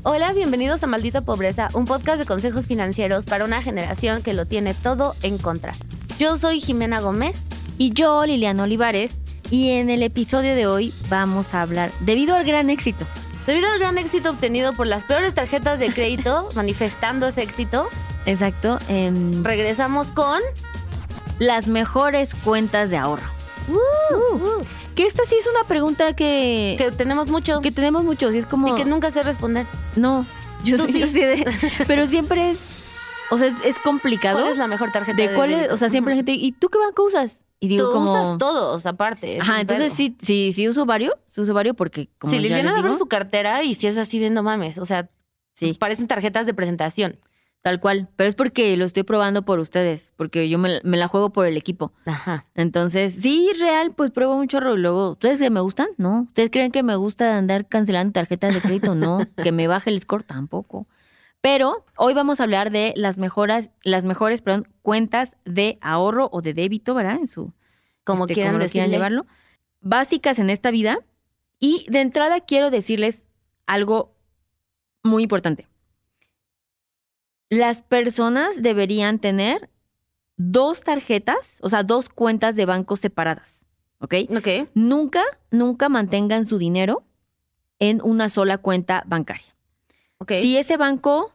Hola, bienvenidos a Maldita Pobreza, un podcast de consejos financieros para una generación que lo tiene todo en contra. Yo soy Jimena Gómez. Y yo, Liliana Olivares. Y en el episodio de hoy vamos a hablar, debido al gran éxito Obtenido por las peores tarjetas de crédito, manifestando ese éxito. Exacto. Regresamos con las mejores cuentas de ahorro. Que esta sí es una pregunta que tenemos mucho. Que tenemos mucho, sí es como... Y que nunca sé responder. No, yo sí. Pero siempre o sea, es complicado. ¿Cuál es la mejor tarjeta de débito? O sea, siempre la gente, ¿y tú qué banco usas? Y digo, tú usas todos, aparte. Ajá, entonces sí uso varios porque como sí, ya Liliana les digo, abre su cartera y si es así de no mames, o sea, sí, parecen tarjetas de presentación. Tal cual, pero es porque lo estoy probando por ustedes, porque yo me la juego por el equipo. Ajá. Entonces, sí, real, pues pruebo un chorro y luego, ¿ustedes que me gustan? No. ¿Ustedes creen que me gusta andar cancelando tarjetas de crédito? No. Que me baje el score tampoco. Pero hoy vamos a hablar de las mejores, cuentas de ahorro o de débito, ¿verdad? En su como quieran llevarlo. Básicas en esta vida. Y de entrada quiero decirles algo muy importante. Las personas deberían tener 2 tarjetas, o sea, 2 cuentas de banco separadas, ¿ok? Ok. Nunca mantengan su dinero en una sola cuenta bancaria. Ok. Si ese banco...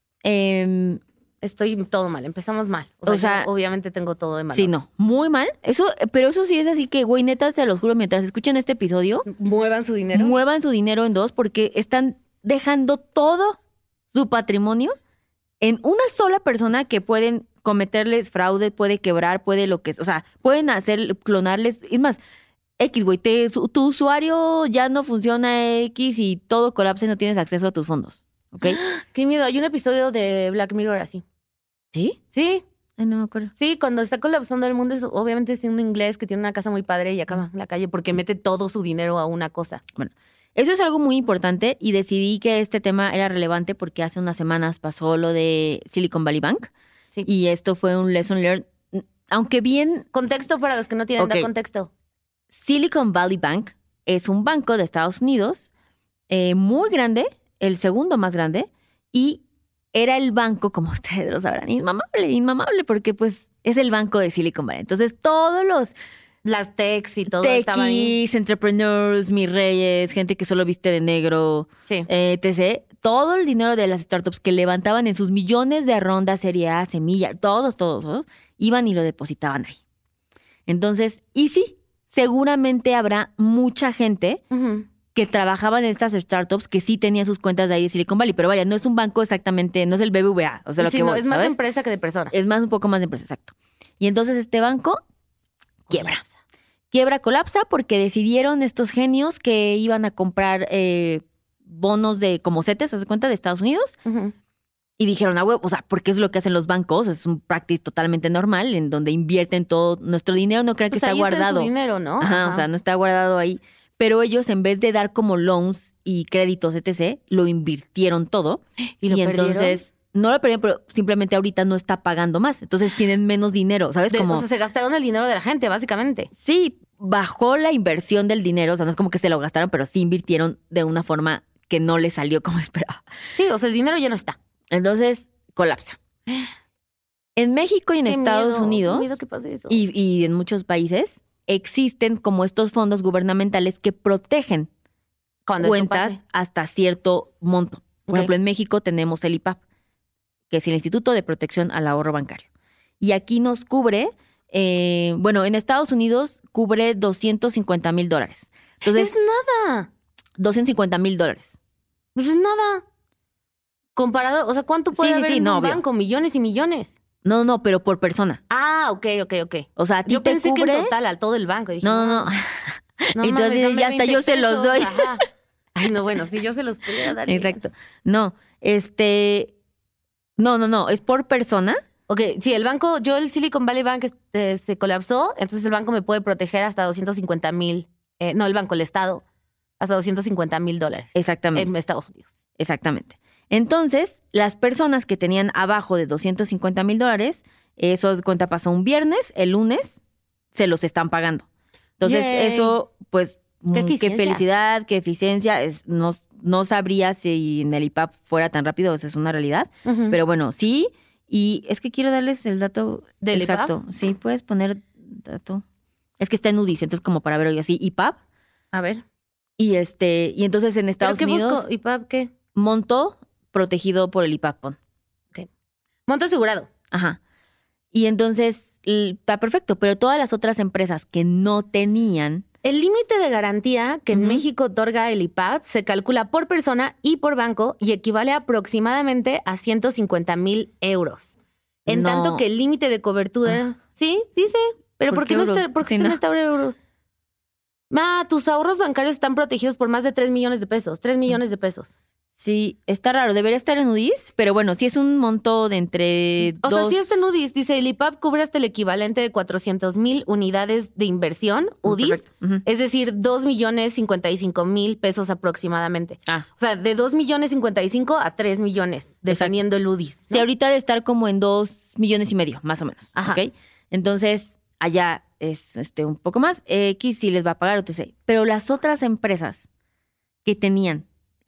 estoy todo mal, empezamos mal. O sea, yo obviamente tengo todo de mal. Sí, no, muy mal. Pero eso sí es así que, güey, neta, se los juro, mientras escuchen este episodio... Muevan su dinero en 2 porque están dejando todo su patrimonio en una sola persona que pueden cometerles fraude, puede quebrar, puede lo que... O sea, pueden clonarles... Es más, X, güey, tu usuario ya no funciona X y todo colapsa y no tienes acceso a tus fondos, ¿ok? ¡Qué miedo! Hay un episodio de Black Mirror así. ¿Sí? Sí. Ay, no me acuerdo. Sí, cuando está colapsando el mundo, obviamente es un inglés que tiene una casa muy padre y acaba en la calle porque mete todo su dinero a una cosa. Bueno, eso es algo muy importante y decidí que este tema era relevante porque hace unas semanas pasó lo de Silicon Valley Bank. Sí. Y esto fue un lesson learned, aunque bien... Contexto para los que no tienen contexto. Silicon Valley Bank es un banco de Estados Unidos muy grande, el segundo más grande, y era el banco, como ustedes lo sabrán, inmamable, porque pues es el banco de Silicon Valley. Entonces todos las techs y todo estaba ahí. Entrepreneurs, mis reyes, gente que solo viste de negro, sí. etc. Todo el dinero de las startups que levantaban en sus millones de rondas, Serie A, Semilla, todos, iban y lo depositaban ahí. Entonces, y sí, seguramente habrá mucha gente que trabajaba en estas startups que sí tenía sus cuentas de ahí de Silicon Valley. Pero vaya, no es un banco exactamente, no es el BBVA. O sea, lo sí, que no, voy, es más ¿sabes? de empresa que de persona. Es más, un poco más de empresa, exacto. Y entonces este banco colapsa porque decidieron estos genios que iban a comprar bonos de como CETES, ¿se das cuenta? De Estados Unidos. Y dijeron, huevo, o sea, porque es lo que hacen los bancos, es un practice totalmente normal en donde invierten todo nuestro dinero, no crean que está guardado. Es su dinero, ¿no? Ajá, o sea, no está guardado ahí. Pero ellos, en vez de dar como loans y créditos, etc., lo invirtieron todo. Y entonces, no lo perdieron, pero simplemente ahorita no está pagando más. Entonces tienen menos dinero, ¿sabes? O sea, se gastaron el dinero de la gente, básicamente. Sí, bajó la inversión del dinero. O sea, no es como que se lo gastaron, pero sí invirtieron de una forma que no les salió como esperaba. Sí, o sea, el dinero ya no está. Entonces, colapsa. En México y en Estados Unidos, qué miedo que pase eso. Y en muchos países, existen como estos fondos gubernamentales que protegen cuentas hasta cierto monto. Por ejemplo, en México tenemos el IPAP, que es el Instituto de Protección al Ahorro Bancario. Y aquí nos cubre, en Estados Unidos cubre $250,000. Entonces, es nada. $250,000. Pues es nada. Comparado, o sea, ¿cuánto puede haber en un banco? Millones y millones. No, pero por persona. Ah, ok. O sea, a ti yo te pensé cubre... que en total, al todo el banco. Dije, no. Y entonces ya hasta yo se los doy. Ajá. Ay, no, bueno, si yo se los pudiera dar. Exacto. No, no, es por persona. Ok, sí, el Silicon Valley Bank se colapsó, entonces el banco me puede proteger hasta 250,000, el Estado, hasta $250,000. Exactamente. En Estados Unidos. Exactamente. Entonces, las personas que tenían abajo de $250,000, eso cuenta pasó un viernes, el lunes se los están pagando. Entonces, eso, pues, qué felicidad, qué eficiencia. No sabría si en el IPAP fuera tan rápido, esa es una realidad. Pero bueno, sí. Y es que quiero darles el dato ¿Del exacto. IPAP? Sí, puedes poner dato. Es que está en UDIs, entonces como para ver hoy así, IPAP. A ver. Y entonces en Estados Unidos. ¿Busco? ¿IPAP qué? Monto protegido por el IPAP. Okay. Monto asegurado. Ajá. Y entonces está perfecto, pero todas las otras empresas que no tenían. El límite de garantía que en México otorga el IPAP se calcula por persona y por banco y equivale aproximadamente a 150,000 euros. En tanto que el límite de cobertura... Sí, dice. Pero ¿por qué no está, no está euros? Tus ahorros bancarios están protegidos por más de 3 millones de pesos. 3 millones de pesos. Sí, está raro. Debería estar en UDIs, pero bueno, sí es un monto de entre O sea, sí está en UDIs. Dice, el IPAP cubre hasta el equivalente de 400,000 unidades de inversión, UDIs. Es decir, 2,055,000 pesos aproximadamente. O sea, de 2,055,000 a 3 millones, dependiendo el UDIs, ¿no? Sí, ahorita debe estar como en 2,5 millones, más o menos. Ajá. ¿Ok? Entonces, allá es un poco más. X sí les va a pagar, etc. Pero las otras empresas que tenían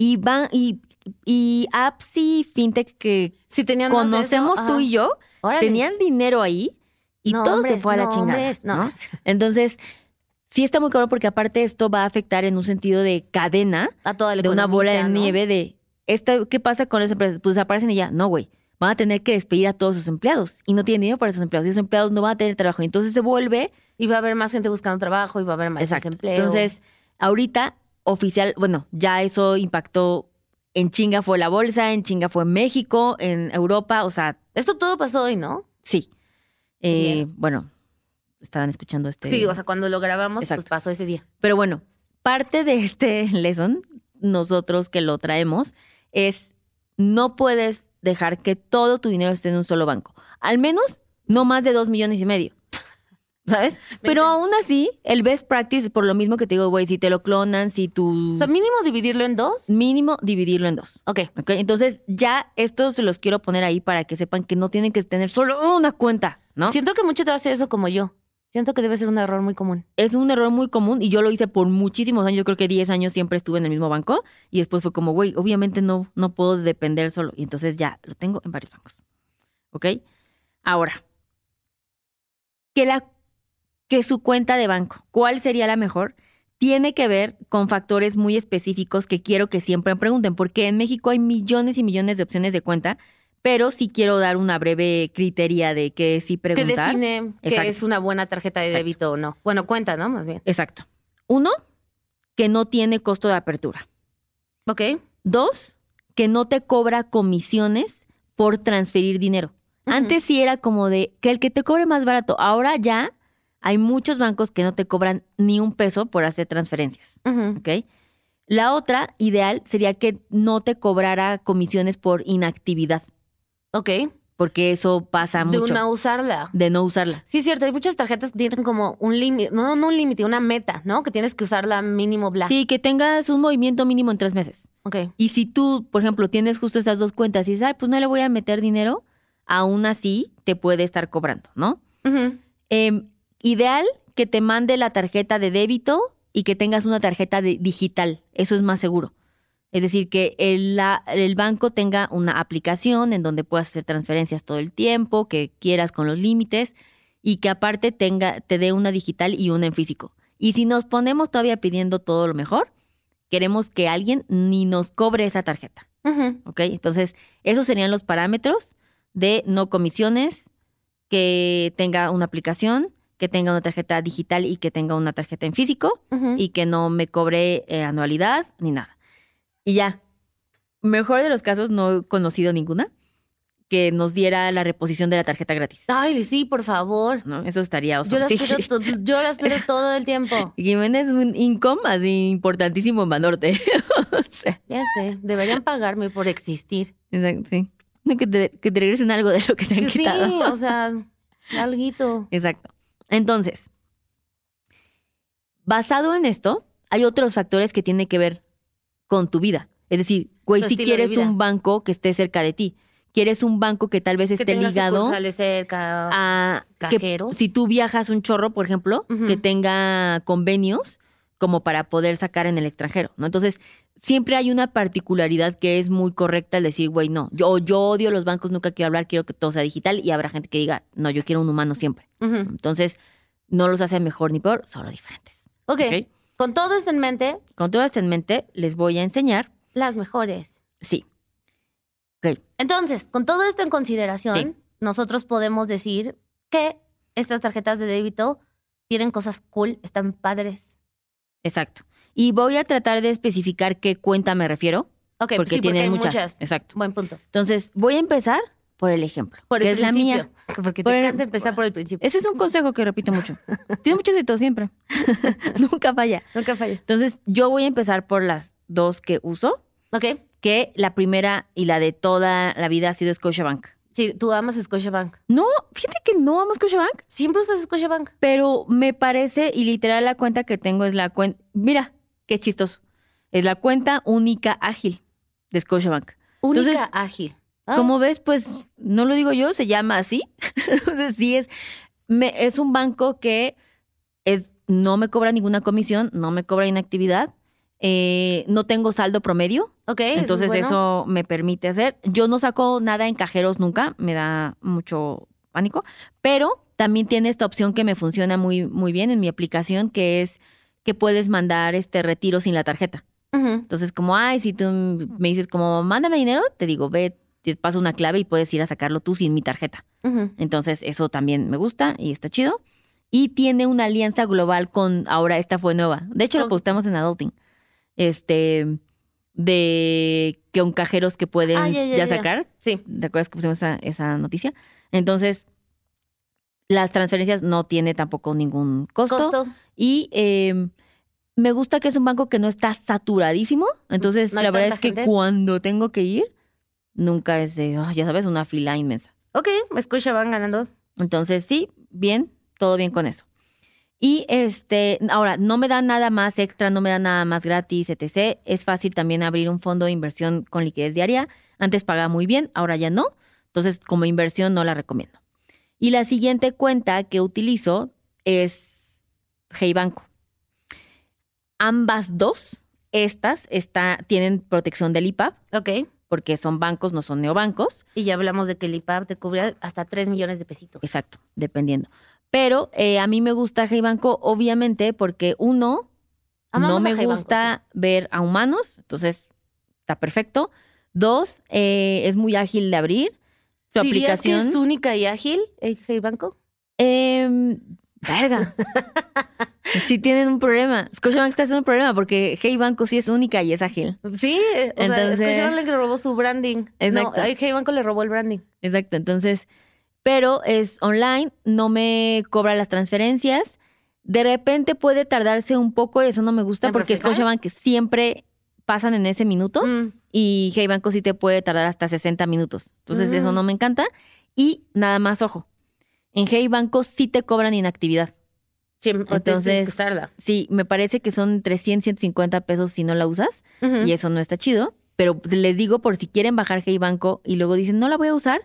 y apps y fintech que sí, tenían conocemos tú y yo, tenían dinero ahí y todo se fue a la chingada. ¿no? Entonces, sí está muy claro porque aparte esto va a afectar en un sentido de cadena, a toda la de una bola de nieve de ¿qué pasa con las empresas? Pues desaparecen y ya. No, güey. Van a tener que despedir a todos sus empleados y no tienen dinero para esos empleados. Y esos empleados no van a tener trabajo. Y entonces se vuelve... Y va a haber más gente buscando trabajo y va a haber más desempleo. Entonces, ahorita, ya eso impactó en chinga fue la bolsa, en chinga fue México, en Europa, o sea... Esto todo pasó hoy, ¿no? Sí. Bueno, estarán escuchando Sí, o sea, cuando lo grabamos, pues pasó ese día. Pero bueno, parte de este lesson, nosotros que lo traemos, es no puedes dejar que todo tu dinero esté en un solo banco. Al menos no más de 2,5 millones. ¿Sabes? Pero aún así, el best practice, por lo mismo que te digo, güey, si te lo clonan, si tú... O sea, mínimo dividirlo en 2. Mínimo dividirlo en 2. Ok. Entonces, ya esto se los quiero poner ahí para que sepan que no tienen que tener solo una cuenta, ¿no? Siento que mucho te hace eso como yo. Siento que debe ser un error muy común. Es un error muy común y yo lo hice por muchísimos años. Yo creo que 10 años siempre estuve en el mismo banco y después fue como, güey, obviamente no puedo depender solo. Y entonces ya lo tengo en varios bancos. ¿Ok? Ahora, que su cuenta de banco, ¿cuál sería la mejor? Tiene que ver con factores muy específicos que quiero que siempre me pregunten, porque en México hay millones y millones de opciones de cuenta, pero sí quiero dar una breve criteria de qué sí preguntar. Que define que es una buena tarjeta de débito o no. Bueno, cuenta, ¿no? Más bien. Exacto. 1, que no tiene costo de apertura. Ok. 2, que no te cobra comisiones por transferir dinero. Antes sí era como de que el que te cobre más barato. Ahora ya hay muchos bancos que no te cobran ni un peso por hacer transferencias. ¿Ok? La otra ideal sería que no te cobrara comisiones por inactividad. Ok. Porque eso pasa mucho. De no usarla. De no usarla. Sí, es cierto. Hay muchas tarjetas que tienen como un límite, no un límite, una meta, ¿no? Que tienes que usarla mínimo bla. Sí, que tengas un movimiento mínimo en 3 meses. Ok. Y si tú, por ejemplo, tienes justo estas 2 cuentas y dices, ay, pues no le voy a meter dinero, aún así te puede estar cobrando, ¿no? Ideal que te mande la tarjeta de débito y que tengas una tarjeta digital. Eso es más seguro. Es decir, que el banco tenga una aplicación en donde puedas hacer transferencias todo el tiempo, que quieras con los límites y que aparte te dé una digital y una en físico. Y si nos ponemos todavía pidiendo todo lo mejor, queremos que alguien ni nos cobre esa tarjeta. ¿Ok? Entonces, esos serían los parámetros de no comisiones, que tenga una aplicación, que tenga una tarjeta digital y que tenga una tarjeta en físico y que no me cobre anualidad ni nada. Y ya, mejor de los casos, no he conocido ninguna que nos diera la reposición de la tarjeta gratis. Ay, sí, por favor. ¿No? Eso estaría oso. Yo las pido todo el tiempo. Jiménez es un income así importantísimo en Banorte. O sea. Ya sé, deberían pagarme por existir. Exacto, sí. Que te regresen algo de lo que te han quitado. Sí, o sea, alguito. Exacto. Entonces, basado en esto, hay otros factores que tienen que ver con tu vida. Es decir, güey, si quieres un banco que esté cerca de ti, quieres un banco que tal vez esté ligado cerca, a cajeros. Si tú viajas un chorro, por ejemplo, que tenga convenios como para poder sacar en el extranjero, ¿no? Entonces, siempre hay una particularidad que es muy correcta al decir, güey, no, yo odio los bancos, nunca quiero hablar, quiero que todo sea digital, y habrá gente que diga, no, yo quiero un humano siempre. Entonces, no los hace mejor ni peor, solo diferentes. Ok. Con todo esto en mente. Con todo esto en mente, les voy a enseñar. Las mejores. Sí. Ok. Entonces, con todo esto en consideración, nosotros podemos decir que estas tarjetas de débito tienen cosas cool, están padres. Exacto. Y voy a tratar de especificar qué cuenta me refiero. Ok, porque sí, tienen porque hay muchas. Exacto. Buen punto. Entonces, voy a empezar por el ejemplo. Por el que es la mía. Porque te encanta empezar por el principio. Ese es un consejo que repito mucho. Tiene mucho éxito siempre. Nunca falla. Nunca falla. Entonces, yo voy a empezar por las dos que uso. Ok. Que la primera y la de toda la vida ha sido Scotiabank. Sí, tú amas Scotiabank. No, fíjate que no amo Scotiabank. Siempre usas Scotiabank. Pero me parece, y literal la cuenta que tengo es la cuenta, mira, qué chistoso. Es la cuenta única ágil de Scotiabank. Única ágil. Como ves, pues no lo digo yo, se llama así. Entonces sí es un banco que no me cobra ninguna comisión, no me cobra inactividad. No tengo saldo promedio. Ok. Entonces eso, es bueno. eso me permite hacer. Yo no saco nada en cajeros nunca, me da mucho pánico, pero también tiene esta opción que me funciona muy, muy bien en mi aplicación, que es que puedes mandar retiro sin la tarjeta. Entonces, como, si tú me dices como, mándame dinero, te digo, ve, te paso una clave y puedes ir a sacarlo tú sin mi tarjeta. Entonces, eso también me gusta y está chido. Y tiene una alianza global con, ahora esta fue nueva. De hecho, la postamos en Adulting. De que con cajeros que pueden ya sacar. Sí. ¿Te acuerdas que pusimos esa noticia? Entonces, las transferencias no tiene tampoco ningún costo. Y me gusta que es un banco que no está saturadísimo. Entonces, la verdad es que cuando tengo que ir, nunca es de, ya sabes, una fila inmensa. Ok, Scotiabank ganando. Entonces, sí, bien, todo bien con eso. Y ahora, no me da nada más extra, no me da nada más gratis, etc. Es fácil también abrir un fondo de inversión con liquidez diaria. Antes pagaba muy bien, ahora ya no. Entonces, como inversión no la recomiendo. Y la siguiente cuenta que utilizo es Hey Banco. Ambas dos, tienen protección del IPAB. Ok. Porque son bancos, no son neobancos. Y ya hablamos de que el IPAB te cubre hasta 3 millones de pesitos. Exacto, dependiendo. Pero a mí me gusta Hey Banco, obviamente, porque uno, no me gusta ver a humanos, entonces está perfecto. Dos, es muy ágil de abrir. Su aplicación. Que es única y ágil el Hey Banco? Verga. Sí tienen un problema. Scotiabank está haciendo un problema porque Hey Banco sí es única y es ágil. Sí, entonces, Scotiabank le robó su branding. Exacto. No, Hey Banco le robó el branding. Exacto, entonces, pero es online, no me cobra las transferencias. De repente puede tardarse un poco y eso no me gusta porque Scotiabank siempre pasan en ese minuto y Hey Banco sí te puede tardar hasta 60 minutos. Entonces eso no me encanta. Y nada más, ojo, en Hey Banco sí te cobran inactividad. Sí, entonces, sí, me parece que son entre 100 y 150 pesos si no la usas y eso no está chido. Pero les digo, por si quieren bajar Hey Banco y luego dicen, no la voy a usar,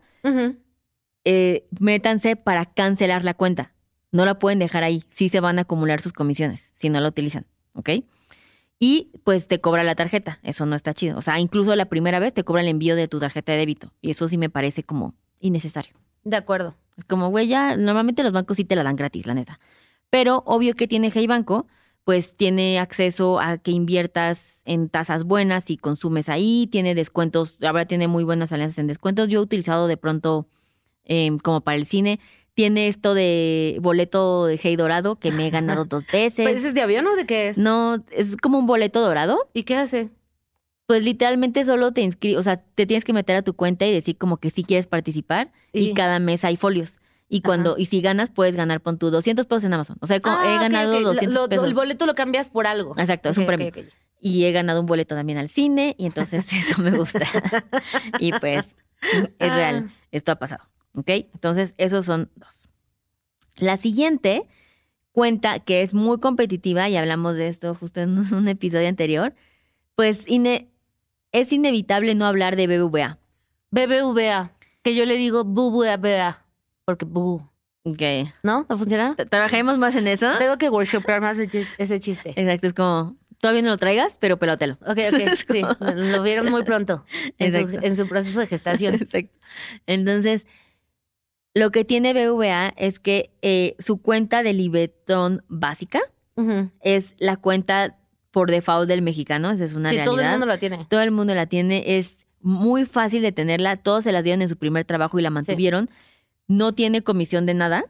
métanse para cancelar la cuenta. No la pueden dejar ahí. Sí se van a acumular sus comisiones si no la utilizan, ¿ok? Y pues te cobra la tarjeta. Eso no está chido. O sea, incluso la primera vez te cobra el envío de tu tarjeta de débito. Y eso sí me parece como innecesario. De acuerdo. Como, güey, ya normalmente los bancos sí te la dan gratis, la neta. Pero obvio que tiene Hey Banco, pues tiene acceso a que inviertas en tasas buenas y consumes ahí. Tiene descuentos. Ahora tiene muy buenas alianzas en descuentos. Yo he utilizado de pronto como para el cine. Tiene esto de boleto de Hey Dorado que me he ganado 2 veces. ¿Pues es de avión o de qué es? No, es como un boleto dorado. ¿Y qué hace? Pues literalmente solo te inscribes, o sea, te tienes que meter a tu cuenta y decir como que sí quieres participar y cada mes hay folios. Y y si ganas, puedes ganar, pon tu 200 pesos en Amazon. O sea, he ganado 200 pesos. El boleto lo cambias por algo. Exacto, es un premio. Y he ganado un boleto también al cine y entonces eso me gusta. Y pues es real, esto ha pasado. ¿Ok? Entonces, esos son 2. La siguiente cuenta, que es muy competitiva, y hablamos de esto justo en un episodio anterior, pues es inevitable no hablar de BBVA. BBVA, que yo le digo BBVA, porque bu. Okay. ¿No? ¿No funciona? ¿Trabajaremos más en eso? Tengo que workshopear más ese chiste. Exacto, es como, todavía no lo traigas, pero pelótelo. Ok, sí, lo vieron muy pronto en su proceso de gestación. Exacto. Entonces, lo que tiene BBVA es que su cuenta de Libetron básica es la cuenta por default del mexicano, esa es una realidad. Sí, todo el mundo la tiene. Todo el mundo la tiene, es muy fácil de tenerla, todos se las dieron en su primer trabajo y la mantuvieron. Sí. No tiene comisión de nada,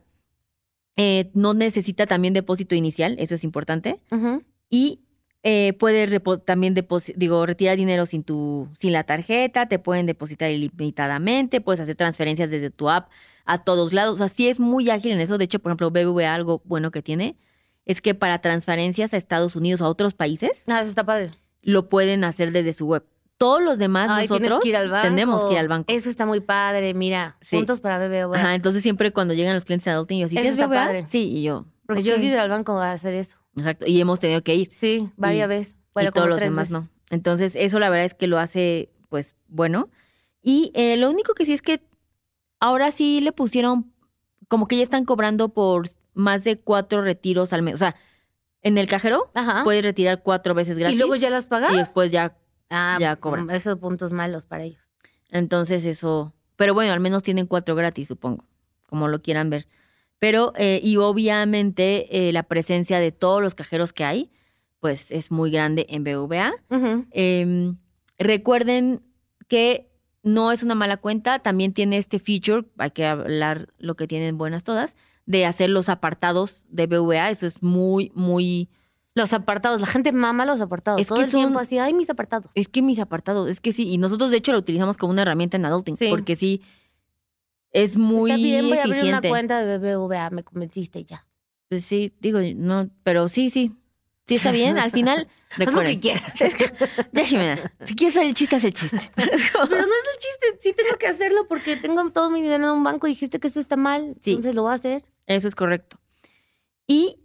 no necesita también depósito inicial, eso es importante. Y puedes también retirar dinero sin la tarjeta, te pueden depositar ilimitadamente, puedes hacer transferencias desde tu app a todos lados. O sea, sí es muy ágil en eso. De hecho, por ejemplo, BBVA, algo bueno que tiene es que para transferencias a Estados Unidos o a otros países, eso está padre, lo pueden hacer desde su web. Todos los demás nosotros tenemos que ir al banco. Eso está muy padre, mira, sí. Puntos para BBVA. Ajá, entonces siempre cuando llegan los clientes de Adulting, yo así, eso está BBVA? Padre. Sí, y yo. Porque yo he ido al banco a hacer eso. Exacto, y hemos tenido que ir. Sí, varias veces. Bueno, y todos los demás veces. No. Entonces, eso la verdad es que lo hace, pues, bueno. Y lo único que sí es que ahora sí le pusieron, como que ya están cobrando por más de 4 retiros al mes. O sea, en el cajero puedes retirar 4 veces gratis. ¿Y luego ya las pagas? Y después ya cobran. Esos puntos malos para ellos. Entonces eso, pero bueno, al menos tienen 4 gratis, supongo, como lo quieran ver. Pero, y obviamente la presencia de todos los cajeros que hay, pues es muy grande en BBVA. Recuerden que no es una mala cuenta, también tiene este feature, hay que hablar lo que tienen buenas todas, de hacer los apartados de BBVA, eso es muy, muy... Los apartados, la gente mama los apartados. Es todo el tiempo así, ay, mis apartados. Es que mis apartados, es que sí. Y nosotros, de hecho, lo utilizamos como una herramienta en Adulting. Sí. Porque sí, es muy eficiente. Está bien, voy a abrir una cuenta de BBVA, me convenciste ya. Pues sí, digo, no, pero sí. Sí está bien, al final, recuerden. Haz lo que quieras. Es que, ya, Jimena, si quieres hacer el chiste, haz el chiste. Pero no es el chiste, sí tengo que hacerlo porque tengo todo mi dinero en un banco y dijiste que eso está mal, sí. Entonces lo voy a hacer. Eso es correcto. Y...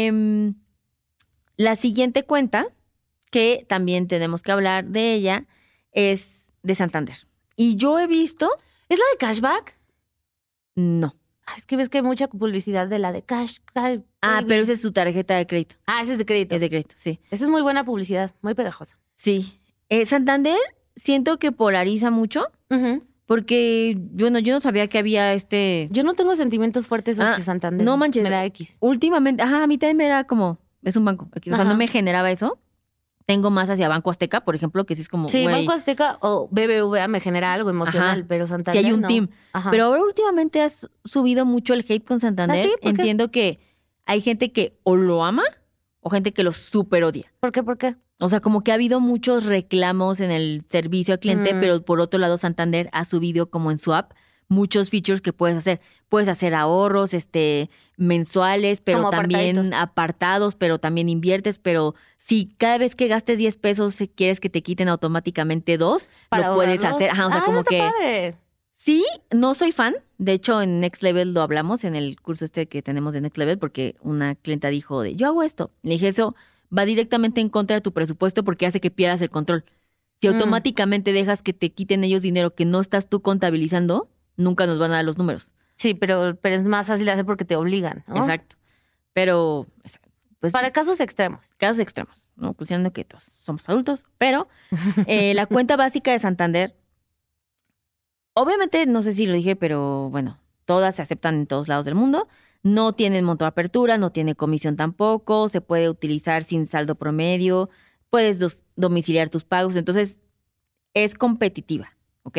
la siguiente cuenta, que también tenemos que hablar de ella, es de Santander. Y yo he visto... ¿Es la de cashback? No. Es que ves que hay mucha publicidad de la de cash. Pero esa es su tarjeta de crédito. Esa es de crédito. Es de crédito, sí. Esa es muy buena publicidad, muy pegajosa. Sí. Santander siento que polariza mucho, porque yo no sabía que había Yo no tengo sentimientos fuertes hacia Santander. No manches. Me da X. Últimamente, a mí también me da como... Es un banco. O sea, no me generaba eso. Tengo más hacia Banco Azteca, por ejemplo, que sí es como... Sí, Banco Azteca o BBVA me genera algo emocional, pero Santander sí, hay un team. Pero ahora últimamente has subido mucho el hate con Santander. ¿Sí? Entiendo que hay gente que o lo ama o gente que lo súper odia. ¿Por qué? O sea, como que ha habido muchos reclamos en el servicio al cliente, pero por otro lado Santander ha subido como en su app muchos features que puedes hacer. Puedes hacer ahorros mensuales, pero como también apartados, pero también inviertes. Pero si cada vez que gastes 10 pesos quieres que te quiten automáticamente 2, lo puedes hacer. O sea, como que... Padre. Sí, no soy fan. De hecho, en Next Level lo hablamos, en el curso que tenemos de Next Level, porque una clienta dijo yo hago esto. Le dije, eso va directamente en contra de tu presupuesto porque hace que pierdas el control. Si automáticamente dejas que te quiten ellos dinero que no estás tú contabilizando, nunca nos van a dar los números. Sí, pero es más fácil de hacer porque te obligan, ¿no? Exacto. Pero... pues, para casos extremos. Casos extremos, ¿no? Considerando que todos somos adultos. Pero la cuenta básica de Santander, obviamente, no sé si lo dije, pero bueno, todas se aceptan en todos lados del mundo. No tienen monto de apertura, no tiene comisión tampoco. Se puede utilizar sin saldo promedio. Puedes domiciliar tus pagos. Entonces, es competitiva, ¿ok?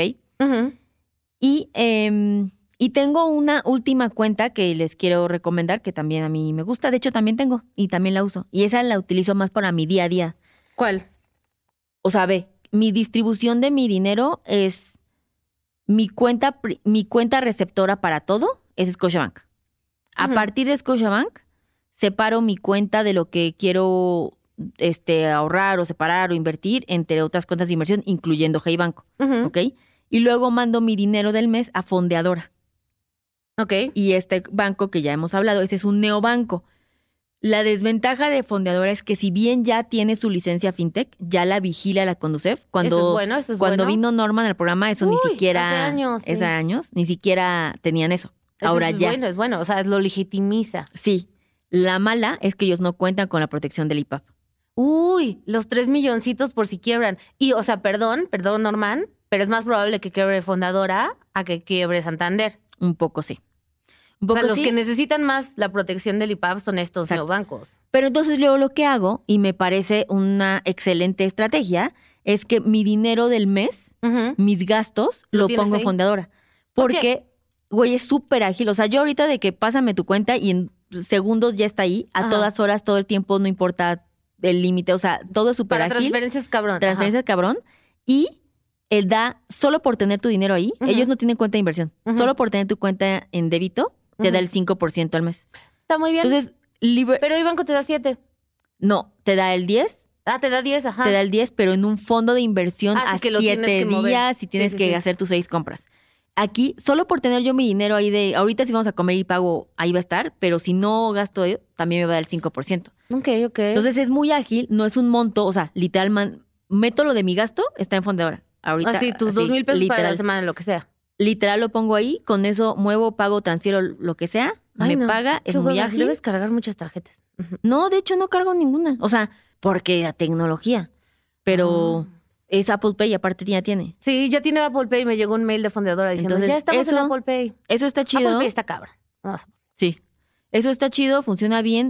Y tengo una última cuenta que les quiero recomendar, que también a mí me gusta. De hecho, también tengo y también la uso. Y esa la utilizo más para mi día a día. ¿Cuál? O sea, mi distribución de mi dinero es mi cuenta receptora para todo es Scotiabank. A partir de Scotiabank, separo mi cuenta de lo que quiero ahorrar o separar o invertir, entre otras cuentas de inversión, incluyendo Hey Banco. ¿Ok? Y luego mando mi dinero del mes a Fondeadora. Ok. Y este banco que ya hemos hablado, ese es un neobanco. La desventaja de Fondeadora es que si bien ya tiene su licencia fintech, ya la vigila la Conducef. Cuando eso es cuando bueno. vino Norma en el programa, eso ni siquiera... Hace años. Ni siquiera tenían eso. Ahora ya. Es bueno, o sea, lo legitimiza. Sí. La mala es que ellos no cuentan con la protección del IPAP. Uy, los 3 milloncitos por si quiebran. Y, o sea, perdón, Norman, pero es más probable que quiebre Fundadora a que quiebre Santander. Un poco sí. O sea, los que necesitan más la protección del IPAP son estos neobancos. Pero entonces luego lo que hago, y me parece una excelente estrategia, es que mi dinero del mes, mis gastos, lo pongo en Fundadora. Porque, güey, es súper ágil. O sea, yo ahorita de que pásame tu cuenta y en segundos ya está ahí, a todas horas, todo el tiempo, no importa el límite. O sea, todo es súper ágil. Transferencias cabrón. Transferencias cabrón. Y él da, solo por tener tu dinero ahí, ellos no tienen cuenta de inversión. Solo por tener tu cuenta en débito, te da el 5% al mes. Está muy bien. Entonces, pero el banco te da 7. No, te da el 10. Te da 10, Te da el 10, pero en un fondo de inversión a 7 días y tienes que hacer tus 6 compras. Aquí, solo por tener yo mi dinero ahí de, ahorita si vamos a comer y pago, ahí va a estar, pero si no gasto yo, también me va a dar el 5%. Ok. Entonces es muy ágil, no es un monto, o sea, literal, meto lo de mi gasto, está en Fundadora. Ahorita. Así, tus 2,000 pesos literal, para la semana, lo que sea. Literal lo pongo ahí, con eso muevo, pago, transfiero lo que sea, paga, es muy ágil. Debes cargar muchas tarjetas. No, de hecho no cargo ninguna, o sea, porque la tecnología, pero es Apple Pay, aparte ya tiene. Sí, ya tiene Apple Pay, me llegó un mail de Fundadora diciendo, entonces, ya estamos en Apple Pay. Eso está chido. Apple Pay está cabra. Sí, eso está chido, funciona bien.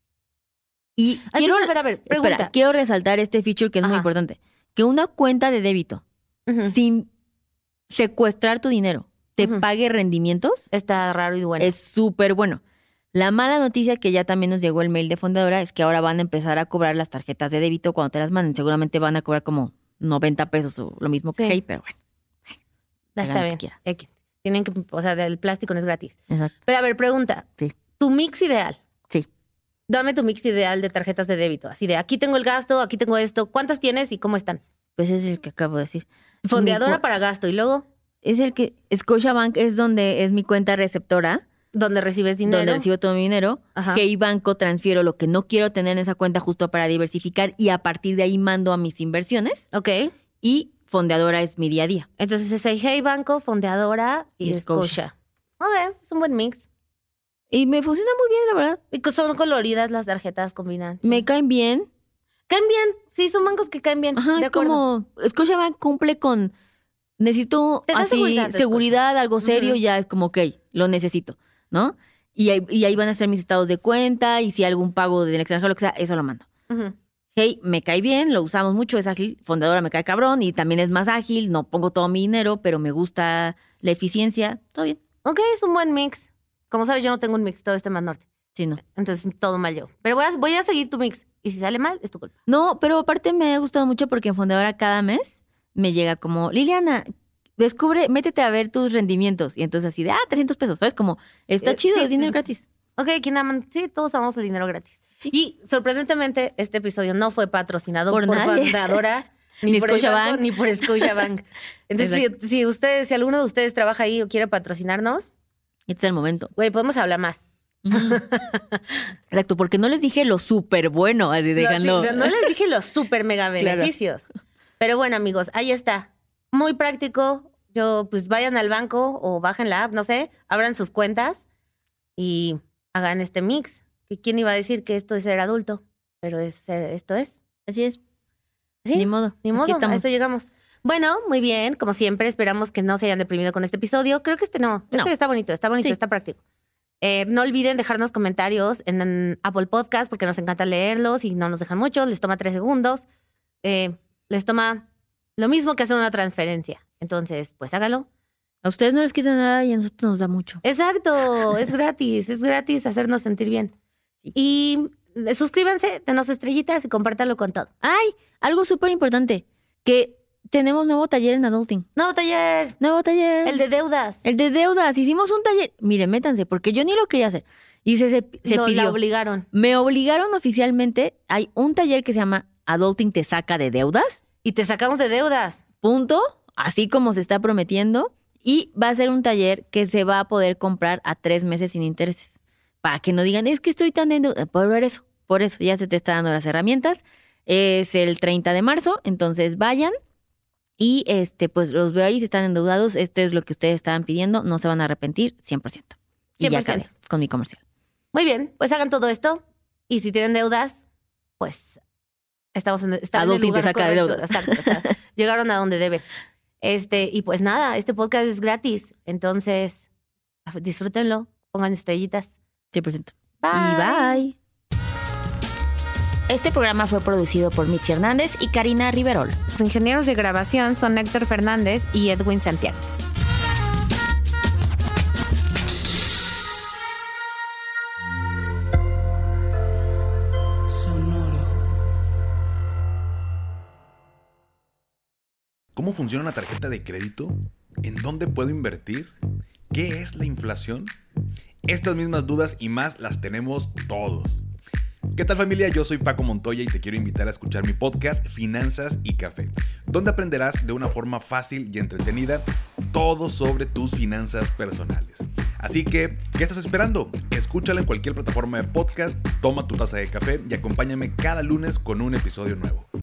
Y entonces, a ver, pregunta. Espera, quiero resaltar este feature que es muy importante. Que una cuenta de débito sin secuestrar tu dinero te pague rendimientos. Está raro y bueno. Es súper bueno. La mala noticia que ya también nos llegó el mail de Fundadora es que ahora van a empezar a cobrar las tarjetas de débito cuando te las manden. Seguramente van a cobrar como 90 pesos o lo mismo que Hey, pero bueno. Está bien. Tienen que, o sea, el plástico no es gratis. Exacto. Pero a ver, pregunta. Sí. ¿Tu mix ideal? Sí. Dame tu mix ideal de tarjetas de débito. Así de, aquí tengo el gasto, aquí tengo esto. ¿Cuántas tienes y cómo están? Pues es el que acabo de decir. Fondeadora para gasto. ¿Y luego? Es el que, Scotiabank es donde es mi cuenta receptora. Donde recibes dinero. Donde recibo todo mi dinero. Hey Banco transfiero lo que no quiero tener en esa cuenta justo para diversificar y a partir de ahí mando a mis inversiones. Ok. Y Fondeadora es mi día a día. Entonces es Hey Banco, Fondeadora y Scotia. Ok, es un buen mix. Y me funciona muy bien, la verdad. Y son coloridas las tarjetas combinadas. Me caen bien. Caen bien. Sí, son bancos que caen bien. Ajá, es como Scotiabank cumple con necesito así seguridad, algo serio, ya es como ok, lo necesito, ¿no? Y ahí van a ser mis estados de cuenta y si hay algún pago del extranjero, lo que sea, eso lo mando. Hey, me cae bien, lo usamos mucho, es ágil. Fundadora me cae cabrón y también es más ágil, no pongo todo mi dinero, pero me gusta la eficiencia, todo bien. Ok, es un buen mix. Como sabes, yo no tengo un mix, todo este más norte. Sí, no. Entonces, todo mal yo. Pero voy a seguir tu mix. Y si sale mal, es tu culpa. No, pero aparte me ha gustado mucho porque en Fundadora cada mes me llega como, Liliana, métete a ver tus rendimientos. Y entonces así de, 300 pesos, ¿sabes? Como, está chido, es dinero gratis. Ok, sí, todos amamos el dinero gratis. Sí. Y sorprendentemente, este episodio no fue patrocinado por Fundadora, ni por Scotiabank, ni por Scotiabank. Entonces, si alguno de ustedes trabaja ahí o quiere patrocinarnos, este es el momento. Güey, podemos hablar más. Exacto, porque no les dije lo súper bueno, así dejando. No les dije los súper mega beneficios. Claro. Pero bueno, amigos, ahí está. Muy práctico. Pues vayan al banco o bajen la app, no sé, abran sus cuentas y hagan este mix. ¿Quién iba a decir que esto es ser adulto? Pero esto es. Así es. ¿Sí? Ni modo. A esto llegamos. Bueno, muy bien. Como siempre, esperamos que no se hayan deprimido con este episodio. Creo que este no. Este está bonito, sí. Está práctico. No olviden dejarnos comentarios en Apple Podcast porque nos encanta leerlos y no nos dejan mucho. Les toma 3 segundos. Les toma lo mismo que hacer una transferencia. Entonces, pues hágalo. A ustedes no les quita nada y a nosotros nos da mucho. Exacto. Es gratis hacernos sentir bien. Sí. Y suscríbanse, denos estrellitas y compártanlo con todo. ¡Ay! Algo súper importante. Que tenemos nuevo taller en Adulting. Nuevo taller. El de deudas. Hicimos un taller. Miren, métanse, porque yo ni lo quería hacer. Y se pidió. La obligaron. Me obligaron oficialmente. Hay un taller que se llama Adulting te saca de deudas. Y te sacamos de deudas. Punto. Así como se está prometiendo. Y va a ser un taller que se va a poder comprar a 3 meses sin intereses. Para que no digan, es que estoy tan en deuda. Por eso ya se te está dando las herramientas. Es el 30 de marzo, entonces vayan. Y pues los veo ahí, si están endeudados, este es lo que ustedes estaban pidiendo, no se van a arrepentir, 100%. Y ya acabé con mi comercial. Muy bien, pues hagan todo esto. Y si tienen deudas, pues están en el lugar saca de deudas. Exacto, llegaron a donde deben. Y pues nada, este podcast es gratis. Entonces, disfrútenlo. Pongan estrellitas. 100%. Bye. Y bye. Este programa fue producido por Mitzi Hernández y Karina Riverol. Los ingenieros de grabación son Héctor Fernández y Edwin Santiago. ¿Cómo funciona una tarjeta de crédito? ¿En dónde puedo invertir? ¿Qué es la inflación? Estas mismas dudas y más las tenemos todos. ¿Qué tal, familia? Yo soy Paco Montoya y te quiero invitar a escuchar mi podcast Finanzas y Café, donde aprenderás de una forma fácil y entretenida todo sobre tus finanzas personales. Así que, ¿qué estás esperando? Escúchala en cualquier plataforma de podcast, toma tu taza de café y acompáñame cada lunes con un episodio nuevo.